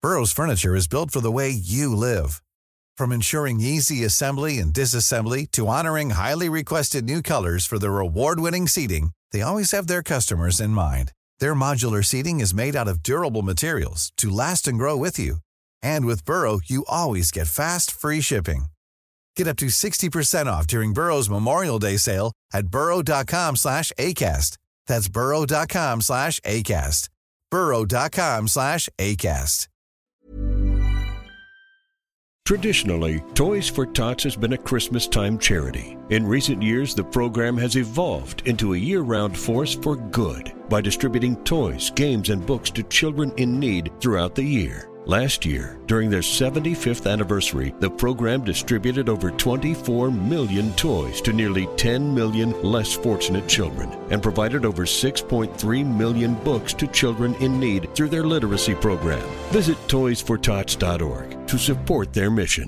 Burrow's furniture is built for the way you live. From ensuring easy assembly and disassembly to honoring highly requested new colors for their award-winning seating, they always have their customers in mind. Their modular seating is made out of durable materials to last and grow with you. And with Burrow, you always get fast, free shipping. Get up to 60% off during Burrow's Memorial Day sale at burrow.com/ACAST. That's burrow.com/ACAST. burrow.com/ACAST. Traditionally, Toys for Tots has been a Christmas-time charity. In recent years, the program has evolved into a year-round force for good by distributing toys, games, and books to children in need throughout the year. Last year, during their 75th anniversary, the program distributed over 24 million toys to nearly 10 million less fortunate children and provided over 6.3 million books to children in need through their literacy program. Visit toysfortots.org to support their mission.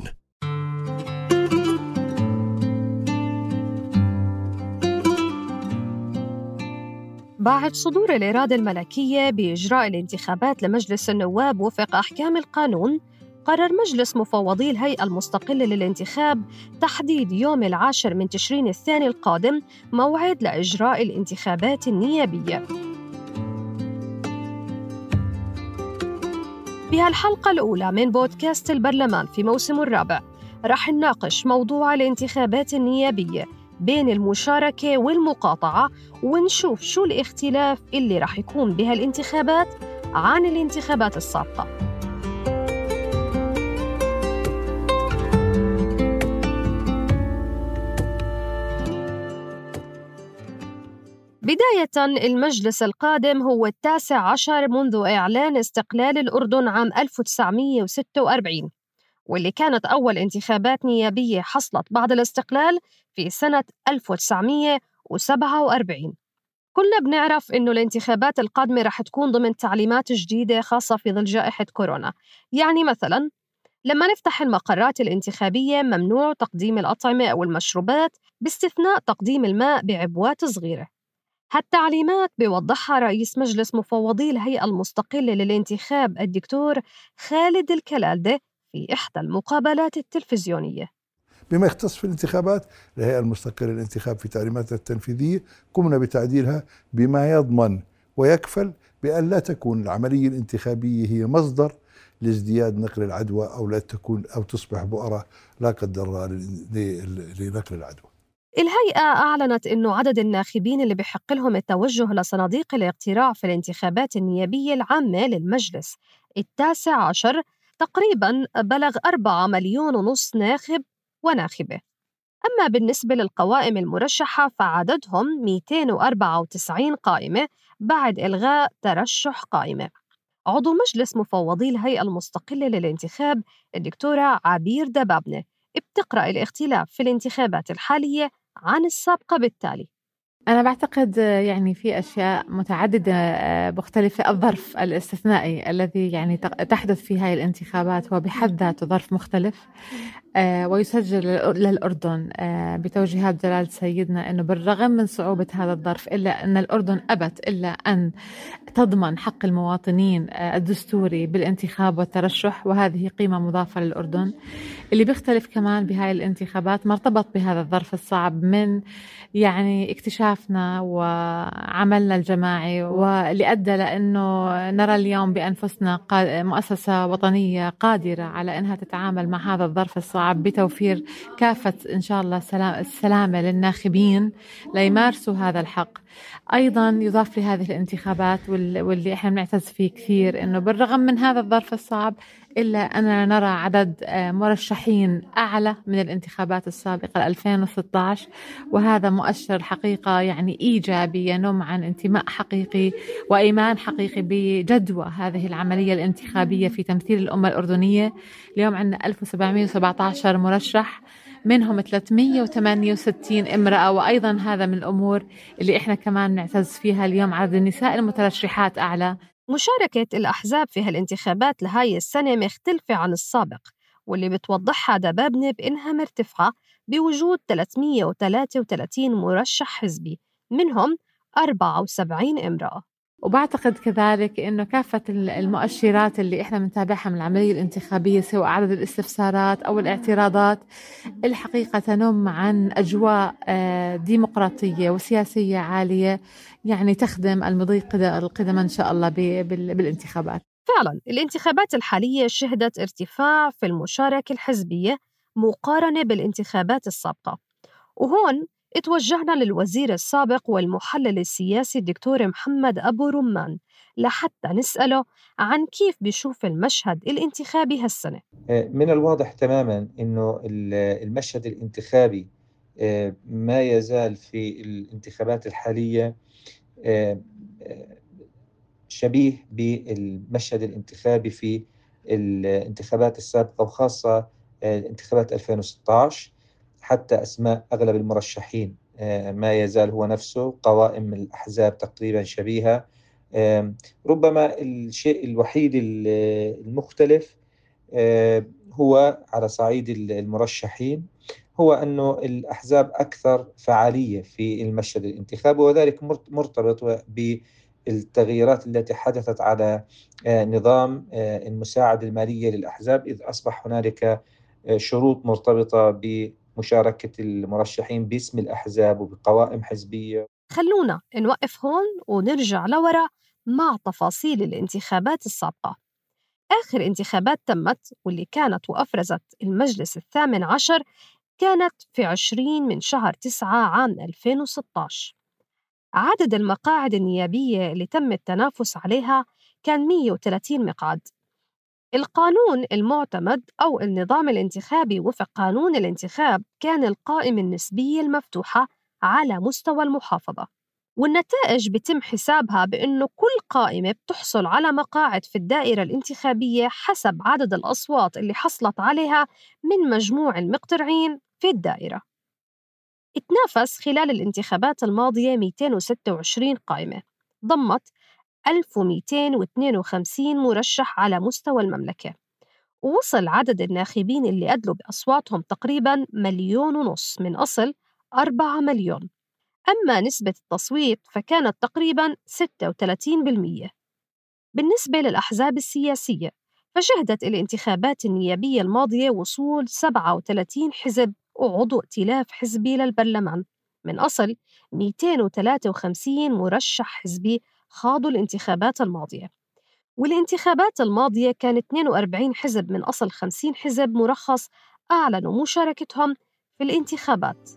بعد صدور الإرادة الملكية بإجراء الانتخابات لمجلس النواب وفق أحكام القانون، قرر مجلس مفوضي الهيئة المستقلة للانتخاب تحديد يوم 10 من تشرين الثاني القادم موعد لإجراء الانتخابات النيابية. بهالحلقة الأولى من بودكاست البرلمان في موسمه الرابع رح نناقش موضوع الانتخابات النيابية بين المشاركة والمقاطعة، ونشوف شو الاختلاف اللي رح يكون بهالانتخابات عن الانتخابات السابقة. بداية، المجلس القادم هو 19 منذ إعلان استقلال الأردن عام 1946، واللي كانت أول انتخابات نيابية حصلت بعد الاستقلال في سنة 1947. كلنا بنعرف إنه الانتخابات القادمة رح تكون ضمن تعليمات جديدة خاصة في ظل جائحة كورونا. يعني مثلاً لما نفتح المقرات الانتخابية ممنوع تقديم الأطعمة أو المشروبات باستثناء تقديم الماء بعبوات صغيرة. هالتعليمات بيوضحها رئيس مجلس مفوضي الهيئة المستقلة للانتخاب الدكتور خالد الكلالدة في إحدى المقابلات التلفزيونية. بما يختص في الانتخابات، الهيئة المستقلة للانتخاب في تعليماتها التنفيذية قمنا بتعديلها بما يضمن ويكفل بأن لا تكون العملية الانتخابية هي مصدر لازدياد نقل العدوى أو تصبح بؤرة لا قدر الله لنقل العدوى. الهيئة أعلنت إنه عدد الناخبين اللي بحق لهم التوجه لصناديق الاقتراع في الانتخابات النيابية العامة للمجلس 19 تقريباً بلغ 4.5 مليون ناخب وناخبة. أما بالنسبة للقوائم المرشحة فعددهم 294 قائمة بعد إلغاء ترشح قائمة. عضو مجلس مفوضي الهيئة المستقلة للانتخاب الدكتورة عبير دبابنة بتقرأ الاختلاف في الانتخابات الحالية عن السابقة بالتالي. أنا بعتقد يعني في أشياء متعددة مختلفة. الظرف الاستثنائي الذي يعني تحدث في هاي الانتخابات هو بحد ذاته ظرف مختلف، ويسجل للأردن بتوجيهات جلالة سيدنا أنه بالرغم من صعوبة هذا الظرف إلا أن الأردن أبت إلا أن تضمن حق المواطنين الدستوري بالانتخاب والترشح، وهذه قيمة مضافة للأردن. اللي بيختلف كمان بهاي الانتخابات مرتبط بهذا الظرف الصعب من يعني اكتشافنا وعملنا الجماعي، واللي أدى لأنه نرى اليوم بأنفسنا مؤسسة وطنية قادرة على أنها تتعامل مع هذا الظرف الصعب بتوفير كافة إن شاء الله السلامة للناخبين ليمارسوا هذا الحق. أيضا يضاف لهذه الانتخابات واللي إحنا بنعتز فيه كثير إنه بالرغم من هذا الظرف الصعب إلا أننا نرى عدد مرشحين أعلى من الانتخابات السابقة 2016، وهذا مؤشر حقيقة يعني إيجابي ينم عن انتماء حقيقي وإيمان حقيقي بجدوى هذه العملية الانتخابية في تمثيل الأمة الأردنية. اليوم عندنا 1717 مرشح، منهم 368 امرأة، وأيضا هذا من الأمور اللي إحنا كمان نعتز فيها. اليوم عدد النساء المترشحات أعلى. مشاركة الأحزاب في هالانتخابات لهاي السنة مختلفة عن السابق، واللي بتوضحها دبابنة بإنها مرتفعة بوجود 333 مرشح حزبي، منهم 74 امرأة. وبعتقد كذلك إنه كافة المؤشرات اللي إحنا بنتابعها من العملية الانتخابية، سواء عدد الاستفسارات أو الاعتراضات، الحقيقة تنم عن أجواء ديمقراطية وسياسية عالية، يعني تخدم المضي القدم إن شاء الله بالانتخابات. فعلا الانتخابات الحالية شهدت ارتفاع في المشاركة الحزبية مقارنة بالانتخابات السابقة، وهون اتوجهنا للوزير السابق والمحلل السياسي الدكتور محمد أبو رمان لحتى نسأله عن كيف بيشوف المشهد الانتخابي هالسنة. من الواضح تماما أنه المشهد الانتخابي ما يزال في الانتخابات الحالية شبيه بالمشهد الانتخابي في الانتخابات السابقة، وخاصة انتخابات 2016. حتى أسماء أغلب المرشحين ما يزال هو نفسه، قوائم الأحزاب تقريبا شبيهة. ربما الشيء الوحيد المختلف هو على صعيد المرشحين، هو أنه الأحزاب أكثر فعالية في المشهد الانتخابي، وذلك مرتبط بالتغييرات التي حدثت على نظام المساعدة المالية للأحزاب، إذ أصبح هنالك شروط مرتبطة بمشاركة المرشحين باسم الأحزاب وبقوائم حزبية. خلونا نوقف هون ونرجع لورا مع تفاصيل الانتخابات السابقة. آخر انتخابات تمت واللي كانت وأفرزت المجلس الثامن عشر كانت في 20 من شهر 9 عام 2016. عدد المقاعد النيابية اللي تم التنافس عليها كان 130 مقعد. القانون المعتمد أو النظام الانتخابي وفق قانون الانتخاب كان القائمة النسبية المفتوحة على مستوى المحافظة، والنتائج بتم حسابها بأنه كل قائمة بتحصل على مقاعد في الدائرة الانتخابية حسب عدد الأصوات اللي حصلت عليها من مجموع المقترعين في الدائرة. اتنافس خلال الانتخابات الماضية 226 قائمة ضمت 1252 مرشح على مستوى المملكة، ووصل عدد الناخبين اللي أدلوا بأصواتهم تقريباً 1.5 مليون من أصل 4 مليون. أما نسبة التصويت فكانت تقريباً 36%. بالنسبة للأحزاب السياسية فشهدت الانتخابات النيابية الماضية وصول 37 حزب وعضو ائتلاف حزبي للبرلمان من أصل 253 مرشح حزبي خاضوا الانتخابات الماضية. والانتخابات الماضية كانت 42 حزب من أصل 50 حزب مرخص أعلنوا مشاركتهم في الانتخابات.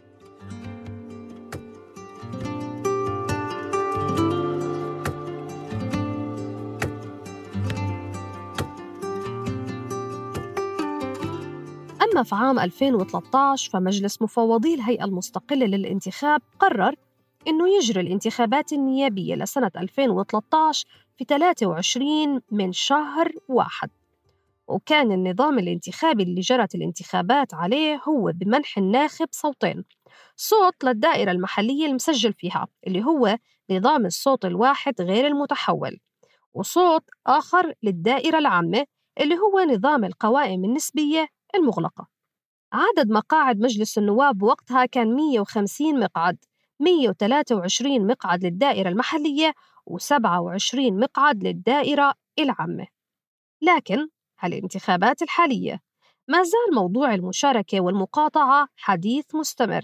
أما في عام 2013 فمجلس مفوضي الهيئة المستقلة للانتخاب قرر إنه يجري الانتخابات النيابية لسنة 2013 في 23 من شهر 1، وكان النظام الانتخابي اللي جرت الانتخابات عليه هو بمنح الناخب صوتين، صوت للدائرة المحلية المسجل فيها اللي هو نظام الصوت الواحد غير المتحول، وصوت آخر للدائرة العامة اللي هو نظام القوائم النسبية المغلقة. عدد مقاعد مجلس النواب وقتها كان 150 مقعد، 123 مقعد للدائرة المحلية و27 مقعد للدائرة العامة. لكن هالانتخابات الحالية ما زال موضوع المشاركة والمقاطعة حديث مستمر.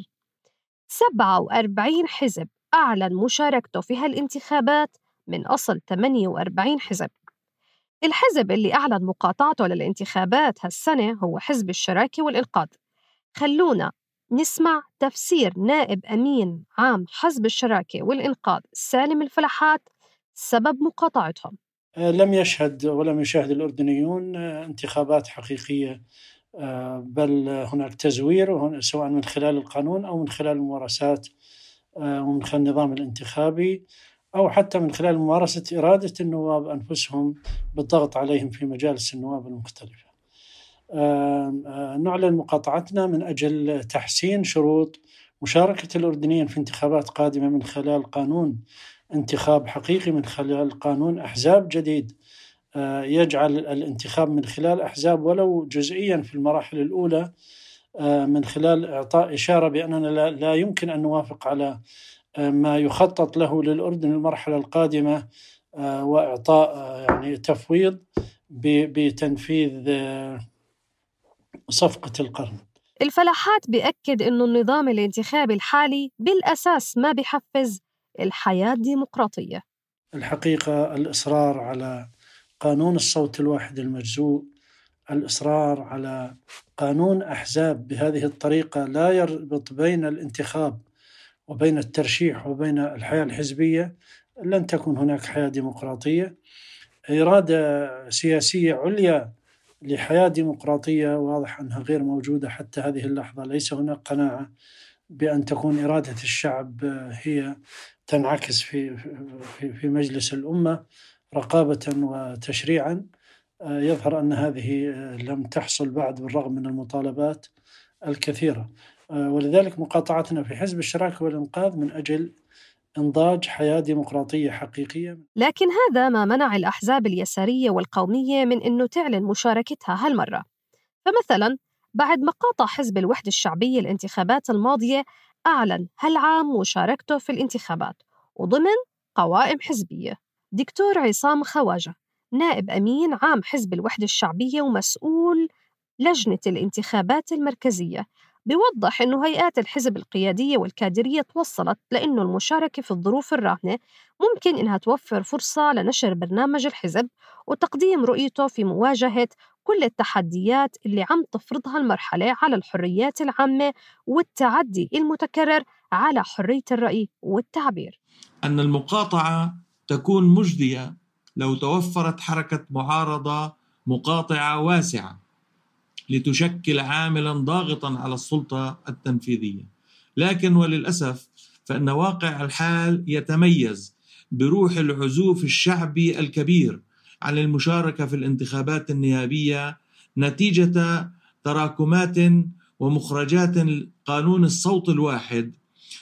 47 حزب أعلن مشاركته في هالانتخابات من أصل 48 حزب. الحزب اللي أعلن مقاطعته للانتخابات هالسنة هو حزب الشراكة والإنقاذ. خلونا نسمع تفسير نائب أمين عام حزب الشراكة والإنقاذ سالم الفلحات سبب مقاطعتهم. لم يشهد ولم يشاهد الأردنيون انتخابات حقيقية، بل هناك تزوير سواء من خلال القانون أو من خلال الممارسات ومن خلال النظام الانتخابي، أو حتى من خلال ممارسة إرادة النواب أنفسهم بالضغط عليهم في مجالس النواب المختلفة. نعلن مقاطعتنا من أجل تحسين شروط مشاركة الأردنيين في انتخابات قادمة من خلال قانون انتخاب حقيقي، من خلال قانون أحزاب جديد يجعل الانتخاب من خلال أحزاب ولو جزئيا في المراحل الأولى، من خلال إعطاء إشارة بأننا لا يمكن أن نوافق على ما يخطط له للأردن المرحلة القادمة، وإعطاء يعني تفويض بتنفيذ صفقة القرن. الفلاحات بيأكد إنه النظام الانتخابي الحالي بالأساس ما بيحفز الحياة الديمقراطية. الحقيقة الإصرار على قانون الصوت الواحد المجزوء، الإصرار على قانون أحزاب بهذه الطريقة لا يربط بين الانتخاب وبين الترشيح وبين الحياة الحزبية، لن تكون هناك حياة ديمقراطية. إرادة سياسية عليا لحياة ديمقراطية واضح أنها غير موجودة حتى هذه اللحظة. ليس هناك قناعة بأن تكون إرادة الشعب هي تنعكس في مجلس الأمة رقابة وتشريعا. يظهر أن هذه لم تحصل بعد بالرغم من المطالبات الكثيرة، ولذلك مقاطعتنا في حزب الشراكة والإنقاذ من أجل إنضاج حياة ديمقراطية حقيقية. لكن هذا ما منع الأحزاب اليسارية والقومية من أنه تعلن مشاركتها هالمرة. فمثلاً بعد ما قاطع حزب الوحدة الشعبية الانتخابات الماضية، أعلن هالعام مشاركته في الانتخابات وضمن قوائم حزبية. دكتور عصام خواجة نائب أمين عام حزب الوحدة الشعبية ومسؤول لجنة الانتخابات المركزية بيوضح إنه هيئات الحزب القيادية والكادرية توصلت لإنه المشاركة في الظروف الراهنة ممكن إنها توفر فرصة لنشر برنامج الحزب وتقديم رؤيته في مواجهة كل التحديات اللي عم تفرضها المرحلة على الحريات العامة والتعدي المتكرر على حرية الرأي والتعبير. أن المقاطعة تكون مجدية لو توفرت حركة معارضة مقاطعة واسعة لتشكل عاملاً ضاغطاً على السلطة التنفيذية. لكن وللأسف فإن واقع الحال يتميز بروح العزوف الشعبي الكبير عن المشاركة في الانتخابات النيابية نتيجة تراكمات ومخرجات قانون الصوت الواحد،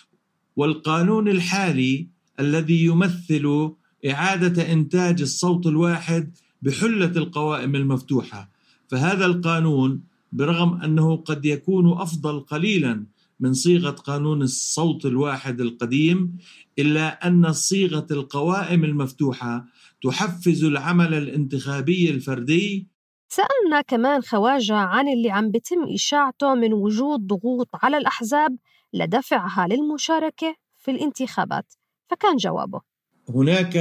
والقانون الحالي الذي يمثل إعادة إنتاج الصوت الواحد بحلة القوائم المفتوحة. فهذا القانون برغم أنه قد يكون أفضل قليلا من صيغة قانون الصوت الواحد القديم، إلا أن صيغة القوائم المفتوحة تحفز العمل الانتخابي الفردي. سألنا كمان خواجة عن اللي عم بتم إشاعته من وجود ضغوط على الأحزاب لدفعها للمشاركة في الانتخابات، فكان جوابه: هناك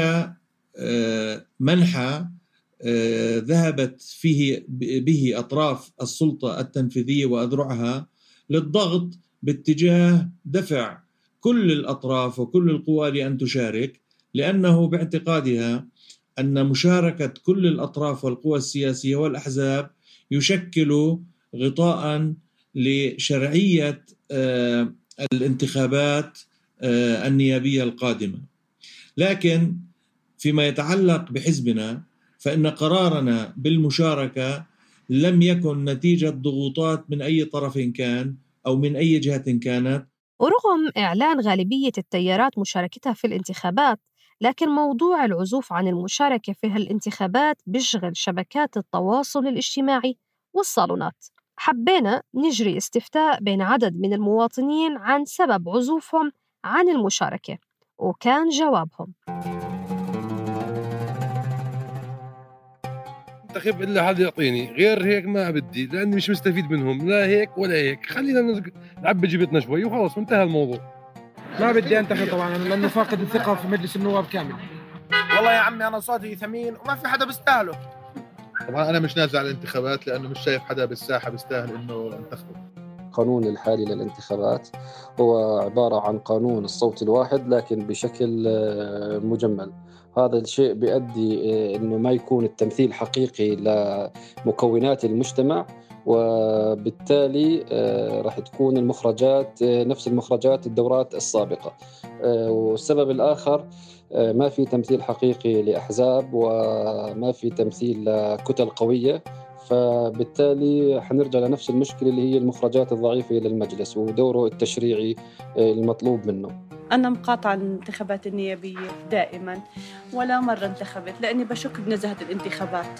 منحى ذهبت به أطراف السلطة التنفيذية وأذرعها للضغط باتجاه دفع كل الأطراف وكل القوى لأن تشارك، لأنه باعتقادها أن مشاركة كل الأطراف والقوى السياسية والأحزاب يشكل غطاء لشرعية الانتخابات النيابية القادمة. لكن فيما يتعلق بحزبنا فإن قرارنا بالمشاركة لم يكن نتيجة ضغوطات من أي طرف كان أو من أي جهة كانت. ورغم إعلان غالبية التيارات مشاركتها في الانتخابات، لكن موضوع العزوف عن المشاركة في هالانتخابات بيشغل شبكات التواصل الاجتماعي والصالونات. حبينا نجري استفتاء بين عدد من المواطنين عن سبب عزوفهم عن المشاركة، وكان جوابهم: انتخب إلا حد يعطيني، غير هيك ما بدي، لأني مش مستفيد منهم لا هيك ولا هيك. خلينا نعبي جيبتنا شوي وخلاص وانتهى الموضوع. ما بدي انتخب طبعا لأنه فاقد الثقة في مجلس النواب كامل. والله يا عمي أنا صوتي ثمين وما في حدا بيستاهله. طبعا أنا مش نازل على الانتخابات لأنه مش شايف حدا بالساحة بيستاهل إنه انتخبه. القانون الحالي للانتخابات هو عبارة عن قانون الصوت الواحد لكن بشكل مجمل. هذا الشيء بيؤدي إنه ما يكون التمثيل حقيقي لمكونات المجتمع، وبالتالي راح تكون المخرجات نفس المخرجات الدورات السابقة. والسبب الآخر ما في تمثيل حقيقي لأحزاب وما في تمثيل لكتل قوية، فبالتالي حنرجع لنفس المشكلة اللي هي المخرجات الضعيفة للمجلس ودوره التشريعي المطلوب منه. أنا مقاطعة الانتخابات النيابية دائما، ولا مرة انتخبت لأني بشك بنزاهة الانتخابات.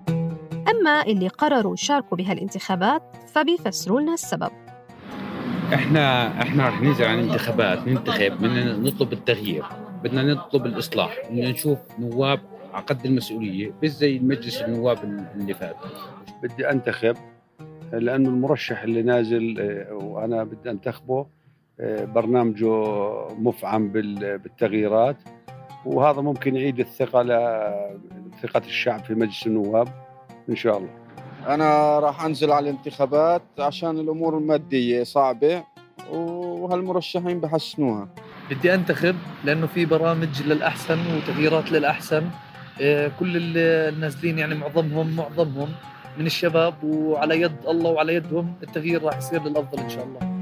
أما اللي قرروا يشاركوا بهالانتخابات فبيفسروا لنا السبب. احنا رح ننزل على الانتخابات، ننتخب، بدنا نطلب التغيير، بدنا نطلب الإصلاح، بدنا نشوف نواب على قد المسؤولية مش زي مجلس النواب اللي فات. بدي أنتخب لأنه المرشح اللي نازل وأنا بدي أنتخبه برنامجه مفعم بالتغييرات، وهذا ممكن يعيد الثقة ثقة الشعب في مجلس النواب إن شاء الله. أنا راح أنزل على الانتخابات عشان الأمور المادية صعبة وهالمرشحين بحسنوها. بدي أنتخب لأنه في برامج للأحسن وتغييرات للأحسن. كل النازلين يعني معظمهم من الشباب، وعلى يد الله وعلى يدهم التغيير راح يصير للأفضل إن شاء الله.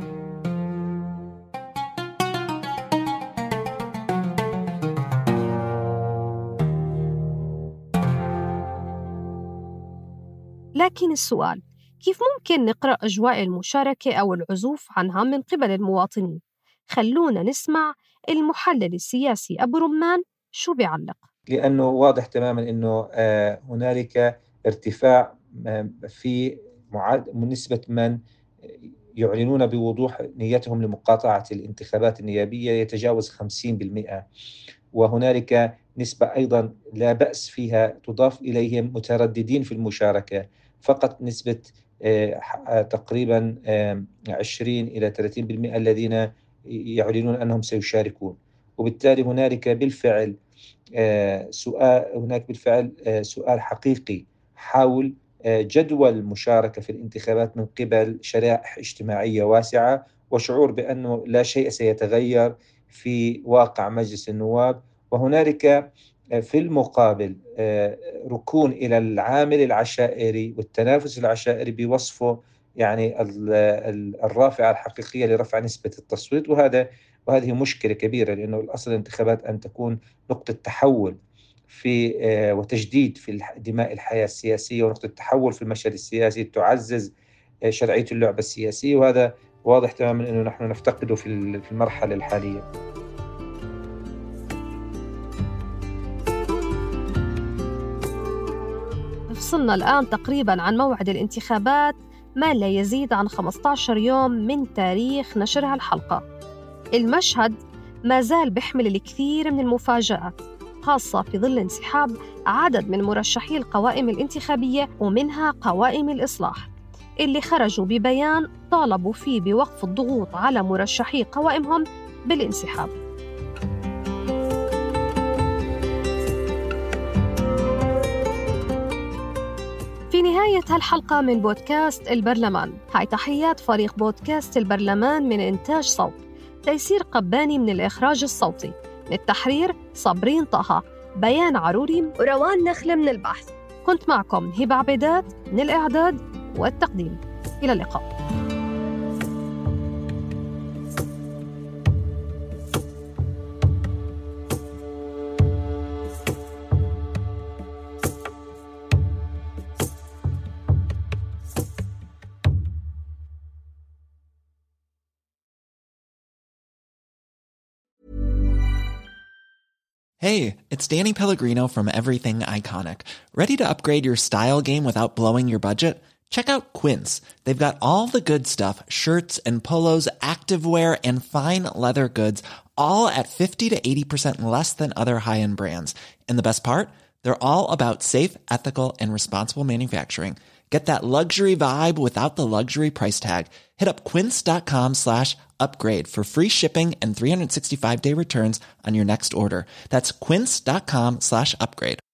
لكن السؤال، كيف ممكن نقرأ أجواء المشاركة أو العزوف عنها من قبل المواطنين؟ خلونا نسمع المحلل السياسي أبو رمان شو بيعلق. لأنه واضح تماماً أنه هنالك ارتفاع في نسبة من يعلنون بوضوح نيتهم لمقاطعة الانتخابات النيابية يتجاوز 50%، وهنالك نسبة أيضاً لا بأس فيها تضاف إليهم مترددين في المشاركة، فقط نسبة تقريباً 20 إلى 30% الذين يعلنون أنهم سيشاركون. وبالتالي هناك بالفعل سؤال حقيقي حول جدوى المشاركة في الانتخابات من قبل شرائح اجتماعية واسعة، وشعور بأنه لا شيء سيتغير في واقع مجلس النواب. وهنالك في المقابل ركون إلى العامل العشائري والتنافس العشائري بوصفه يعني الرافعة الحقيقية لرفع نسبة التصويت، وهذه مشكلة كبيرة، لأنه الأصل الانتخابات أن تكون نقطة تحول في وتجديد في دماء الحياة السياسية، ونقطة تحول في المشهد السياسي تعزز شرعية اللعبة السياسية، وهذا واضح تماما أنه نحن نفتقده في المرحلة الحالية. فصلنا الآن تقريبا عن موعد الانتخابات ما لا يزيد عن 15 يوم من تاريخ نشر هالحلقة. المشهد ما زال بيحمل الكثير من المفاجآت، خاصة في ظل انسحاب عدد من مرشحي القوائم الانتخابية ومنها قوائم الإصلاح اللي خرجوا ببيان طالبوا فيه بوقف الضغوط على مرشحي قوائمهم بالانسحاب. في نهاية هالحلقة من بودكاست البرلمان، هاي تحيات فريق بودكاست البرلمان من إنتاج صوت، تيسير قباني من الإخراج الصوتي، من التحرير صابرين طه، بيان عروري وروان نخلة من البحث. كنت معكم هبة عبيدات من الإعداد والتقديم. إلى اللقاء. Hey, it's Danny Pellegrino from Everything Iconic. Ready to upgrade your style game without blowing your budget? Check out Quince. They've got all the good stuff, shirts and polos, activewear, and fine leather goods, all at 50 to 80% less than other high-end brands. And the best part? They're all about safe, ethical, and responsible manufacturing. Get that luxury vibe without the luxury price tag. Hit up quince.com/upgrade for free shipping and 365-day returns on your next order. That's quince.com/upgrade.